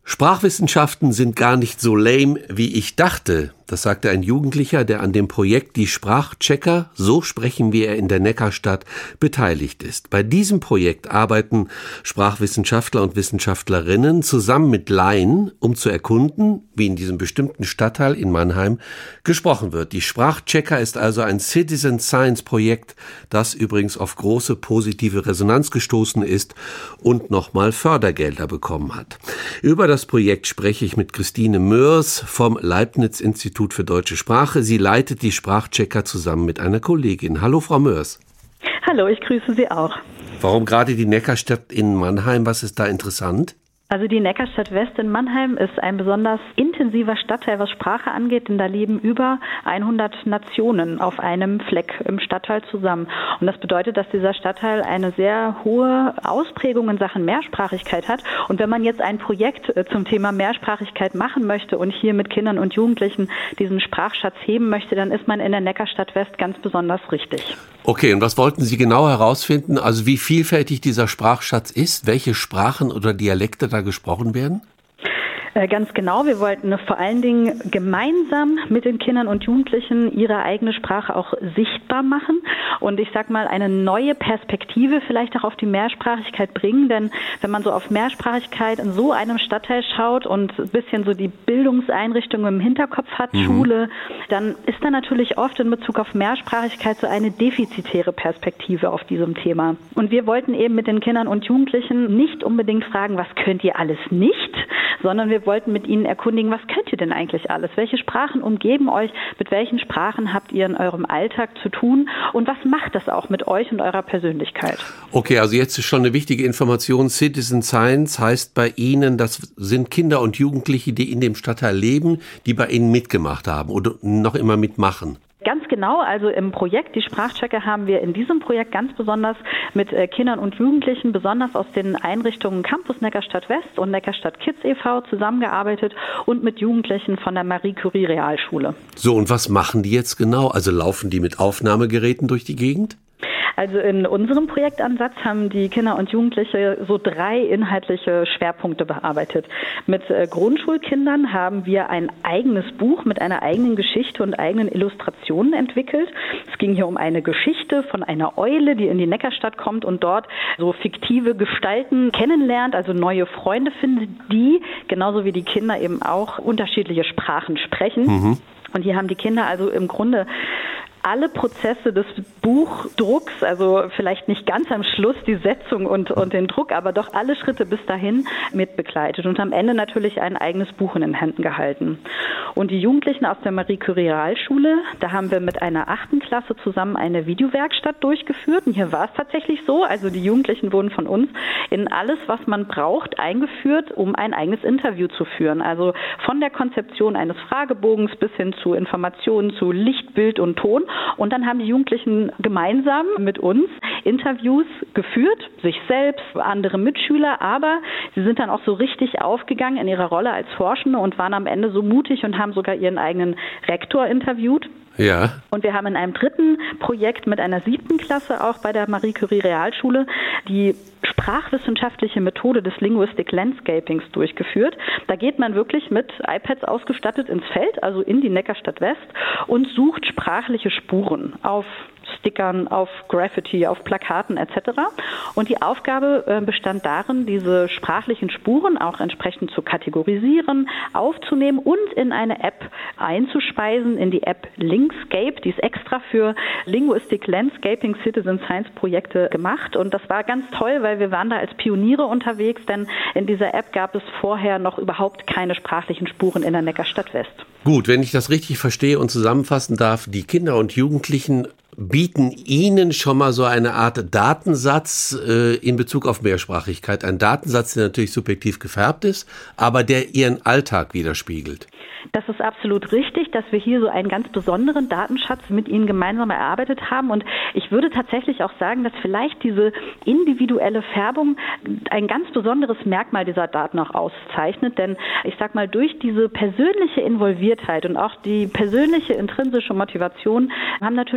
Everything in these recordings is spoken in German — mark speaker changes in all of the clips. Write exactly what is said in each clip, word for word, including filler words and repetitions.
Speaker 1: Sprachwissenschaften sind gar nicht so lame, wie ich dachte. Das sagte ein Jugendlicher, der an dem Projekt Die Sprachchecker, so sprechen wir in der Neckarstadt, beteiligt ist. Bei diesem Projekt arbeiten Sprachwissenschaftler und Wissenschaftlerinnen zusammen mit Laien, um zu erkunden, wie in diesem bestimmten Stadtteil in Mannheim gesprochen wird. Die Sprachchecker ist also ein Citizen Science Projekt, das übrigens auf große positive Resonanz gestoßen ist und nochmal Fördergelder bekommen hat. Über das Projekt spreche ich mit Christine Mörs vom Leibniz-Institut für Deutsche Sprache. Sie leitet die Sprachchecker zusammen mit einer Kollegin. Hallo, Frau Mörs.
Speaker 2: Hallo, ich grüße Sie auch.
Speaker 1: Warum gerade die Neckarstadt in Mannheim? Was ist da interessant?
Speaker 2: Also die Neckarstadt West in Mannheim ist ein besonders intensiver Stadtteil, was Sprache angeht, denn da leben über hundert Nationen auf einem Fleck im Stadtteil zusammen. Und das bedeutet, dass dieser Stadtteil eine sehr hohe Ausprägung in Sachen Mehrsprachigkeit hat. Und wenn man jetzt ein Projekt zum Thema Mehrsprachigkeit machen möchte und hier mit Kindern und Jugendlichen diesen Sprachschatz heben möchte, dann ist man in der Neckarstadt West ganz besonders richtig.
Speaker 1: Okay, und was wollten Sie genau herausfinden? Also wie vielfältig dieser Sprachschatz ist, welche Sprachen oder Dialekte da gesprochen werden?
Speaker 2: Ganz genau. Wir wollten vor allen Dingen gemeinsam mit den Kindern und Jugendlichen ihre eigene Sprache auch sichtbar machen und ich sag mal eine neue Perspektive vielleicht auch auf die Mehrsprachigkeit bringen, denn wenn man so auf Mehrsprachigkeit in so einem Stadtteil schaut und ein bisschen so die Bildungseinrichtungen im Hinterkopf hat, mhm. Schule, dann ist da natürlich oft in Bezug auf Mehrsprachigkeit so eine defizitäre Perspektive auf diesem Thema. Und wir wollten eben mit den Kindern und Jugendlichen nicht unbedingt fragen, was könnt ihr alles nicht, sondern wir wollten mit Ihnen erkundigen, was könnt ihr denn eigentlich alles? Welche Sprachen umgeben euch? Mit welchen Sprachen habt ihr in eurem Alltag zu tun? Und was macht das auch mit euch und eurer Persönlichkeit? Okay,
Speaker 1: also jetzt ist schon eine wichtige Information. Citizen Science heißt bei Ihnen, das sind Kinder und Jugendliche, die in dem Stadtteil leben, die bei Ihnen mitgemacht haben oder noch immer mitmachen.
Speaker 2: Ganz genau, also im Projekt, die Sprachchecker, haben wir in diesem Projekt ganz besonders mit äh, Kindern und Jugendlichen, besonders aus den Einrichtungen Campus Neckarstadt West und Neckarstadt Kids e V zusammengearbeitet und mit Jugendlichen von der Marie Curie Realschule.
Speaker 1: So, und was machen die jetzt genau? Also laufen die mit Aufnahmegeräten durch die Gegend?
Speaker 2: Also in unserem Projektansatz haben die Kinder und Jugendliche so drei inhaltliche Schwerpunkte bearbeitet. Mit äh, Grundschulkindern haben wir ein eigenes Buch mit einer eigenen Geschichte und eigenen Illustrationen entwickelt. Es ging hier um eine Geschichte von einer Eule, die in die Neckarstadt kommt und dort so fiktive Gestalten kennenlernt, also neue Freunde findet, die genauso wie die Kinder eben auch unterschiedliche Sprachen sprechen. Mhm. Und hier haben die Kinder also im Grunde alle Prozesse des Buchdrucks, also vielleicht nicht ganz am Schluss die Setzung und, und den Druck, aber doch alle Schritte bis dahin mitbegleitet und am Ende natürlich ein eigenes Buch in den Händen gehalten. Und die Jugendlichen aus der Marie Curie Realschule, da haben wir mit einer achten Klasse zusammen eine Videowerkstatt durchgeführt und hier war es tatsächlich so, also die Jugendlichen wurden von uns in alles, was man braucht, eingeführt, um ein eigenes Interview zu führen. Also von der Konzeption eines Fragebogens bis hin zu Informationen zu Licht, Bild und Ton. Und dann haben die Jugendlichen gemeinsam mit uns Interviews geführt, sich selbst, andere Mitschüler, aber sie sind dann auch so richtig aufgegangen in ihrer Rolle als Forschende und waren am Ende so mutig und haben sogar ihren eigenen Rektor interviewt.
Speaker 1: Ja.
Speaker 2: Und wir haben in einem dritten Projekt mit einer siebten Klasse auch bei der Marie Curie Realschule die sprachwissenschaftliche Methode des Linguistic Landscapings durchgeführt. Da geht man wirklich mit iPads ausgestattet ins Feld, also in die Neckarstadt West und sucht sprachliche Spuren auf Stickern, auf Graffiti, auf Plakaten et cetera. Und die Aufgabe äh, bestand darin, diese sprachlichen Spuren auch entsprechend zu kategorisieren, aufzunehmen und in eine App einzuspeisen, in die App Linkscape. Die ist extra für Linguistic Landscaping Citizen Science Projekte gemacht. Und das war ganz toll, weil wir waren da als Pioniere unterwegs, denn in dieser App gab es vorher noch überhaupt keine sprachlichen Spuren in der Neckarstadt West.
Speaker 1: Gut, wenn ich das richtig verstehe und zusammenfassen darf, die Kinder und Jugendlichen bieten Ihnen schon mal so eine Art Datensatz äh, in Bezug auf Mehrsprachigkeit. Ein Datensatz, der natürlich subjektiv gefärbt ist, aber der Ihren Alltag widerspiegelt.
Speaker 2: Das ist absolut richtig, dass wir hier so einen ganz besonderen Datenschatz mit Ihnen gemeinsam erarbeitet haben. Und ich würde tatsächlich auch sagen, dass vielleicht diese individuelle Färbung ein ganz besonderes Merkmal dieser Daten auch auszeichnet. Denn ich sag mal, durch diese persönliche Involviertheit und auch die persönliche intrinsische Motivation haben natürlich die Jugendlichen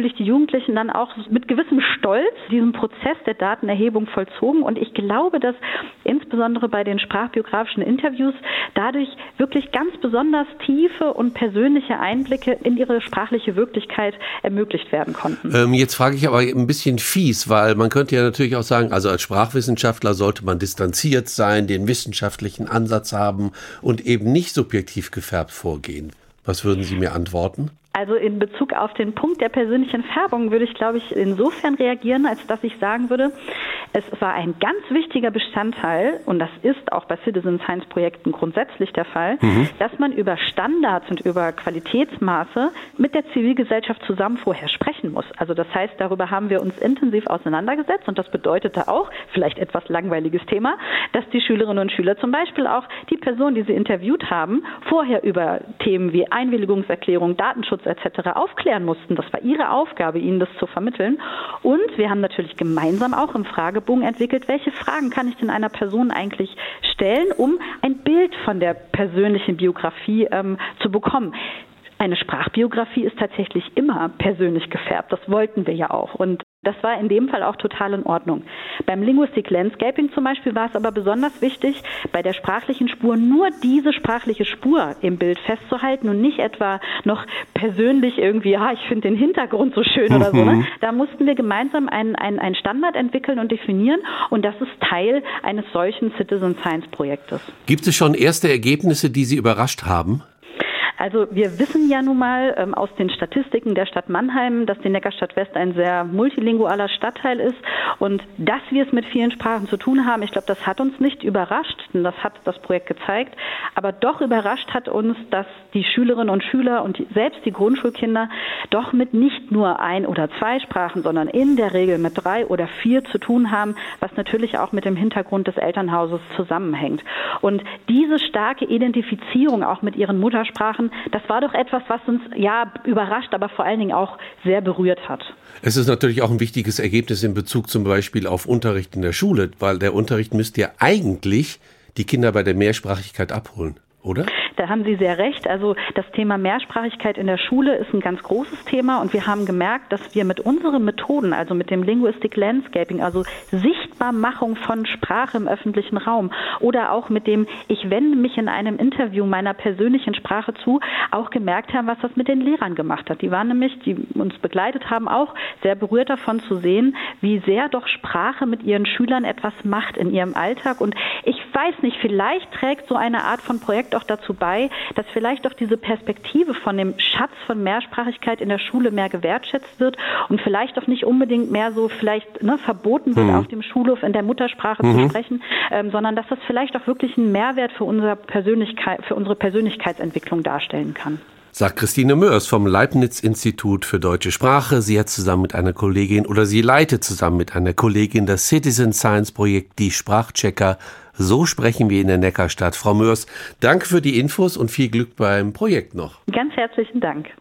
Speaker 2: Jugendlichen dann auch mit gewissem Stolz diesen Prozess der Datenerhebung vollzogen. Und ich glaube, dass insbesondere bei den sprachbiografischen Interviews dadurch wirklich ganz besonders tiefe und persönliche Einblicke in ihre sprachliche Wirklichkeit ermöglicht werden konnten.
Speaker 1: Ähm, jetzt frage ich aber ein bisschen fies, weil man könnte ja natürlich auch sagen, also als Sprachwissenschaftler sollte man distanziert sein, den wissenschaftlichen Ansatz haben und eben nicht subjektiv gefärbt vorgehen. Was würden Sie mir antworten?
Speaker 2: Also in Bezug auf den Punkt der persönlichen Färbung würde ich, glaube ich, insofern reagieren, als dass ich sagen würde, es war ein ganz wichtiger Bestandteil, und das ist auch bei Citizen Science Projekten grundsätzlich der Fall, mhm. dass man über Standards und über Qualitätsmaße mit der Zivilgesellschaft zusammen vorher sprechen muss. Also das heißt, darüber haben wir uns intensiv auseinandergesetzt, und das bedeutete auch, vielleicht etwas langweiliges Thema, dass die Schülerinnen und Schüler zum Beispiel auch die Person, die sie interviewt haben, vorher über Themen wie Einwilligungserklärung, Datenschutz et cetera aufklären mussten. Das war ihre Aufgabe, ihnen das zu vermitteln. Und wir haben natürlich gemeinsam auch im Fragebogen entwickelt, welche Fragen kann ich denn einer Person eigentlich stellen, um ein Bild von der persönlichen Biografie ähm, zu bekommen. Eine Sprachbiografie ist tatsächlich immer persönlich gefärbt. Das wollten wir ja auch. Und das war in dem Fall auch total in Ordnung. Beim Linguistic Landscaping zum Beispiel war es aber besonders wichtig, bei der sprachlichen Spur nur diese sprachliche Spur im Bild festzuhalten und nicht etwa noch persönlich irgendwie, ja, ich finde den Hintergrund so schön oder so. Ne? Da mussten wir gemeinsam einen, einen, einen Standard entwickeln und definieren, und das ist Teil eines solchen Citizen Science Projektes.
Speaker 1: Gibt es schon erste Ergebnisse, die Sie überrascht haben?
Speaker 2: Also wir wissen ja nun mal ähm, aus den Statistiken der Stadt Mannheim, dass die Neckarstadt West ein sehr multilingualer Stadtteil ist, und dass wir es mit vielen Sprachen zu tun haben. Ich glaube, das hat uns nicht überrascht, denn das hat das Projekt gezeigt. Aber doch überrascht hat uns, dass die Schülerinnen und Schüler und die, selbst die Grundschulkinder doch mit nicht nur ein oder zwei Sprachen, sondern in der Regel mit drei oder vier zu tun haben, was natürlich auch mit dem Hintergrund des Elternhauses zusammenhängt. Und diese starke Identifizierung auch mit ihren Muttersprachen, das war doch etwas, was uns ja überrascht, aber vor allen Dingen auch sehr berührt hat.
Speaker 1: Es ist natürlich auch ein wichtiges Ergebnis in Bezug zum Beispiel auf Unterricht in der Schule, weil der Unterricht müsste ja eigentlich die Kinder bei der Mehrsprachigkeit abholen, oder?
Speaker 2: Da haben Sie sehr recht. Also das Thema Mehrsprachigkeit in der Schule ist ein ganz großes Thema, und wir haben gemerkt, dass wir mit unseren Methoden, also mit dem Linguistic Landscaping, also Sichtbarmachung von Sprache im öffentlichen Raum, oder auch mit dem Ich wende mich in einem Interview meiner persönlichen Sprache zu, auch gemerkt haben, was das mit den Lehrern gemacht hat. Die waren nämlich, die uns begleitet haben, auch sehr berührt davon zu sehen, wie sehr doch Sprache mit ihren Schülern etwas macht in ihrem Alltag. Und ich weiß nicht, vielleicht trägt so eine Art von Projekt auch dazu bei, dass vielleicht auch diese Perspektive von dem Schatz von Mehrsprachigkeit in der Schule mehr gewertschätzt wird und vielleicht auch nicht unbedingt mehr so vielleicht ne, verboten wird, mhm. auf dem Schulhof in der Muttersprache mhm. zu sprechen, ähm, sondern dass das vielleicht auch wirklich einen Mehrwert für unsere Persönlichkeit, für unsere Persönlichkeitsentwicklung darstellen kann.
Speaker 1: Sagt Christine Mörs vom Leibniz-Institut für Deutsche Sprache. Sie hat zusammen mit einer Kollegin oder sie leitet zusammen mit einer Kollegin das Citizen Science Projekt Die Sprachchecker. So sprechen wir in der Neckarstadt. Frau Mörs, danke für die Infos und viel Glück beim Projekt noch.
Speaker 2: Ganz herzlichen Dank.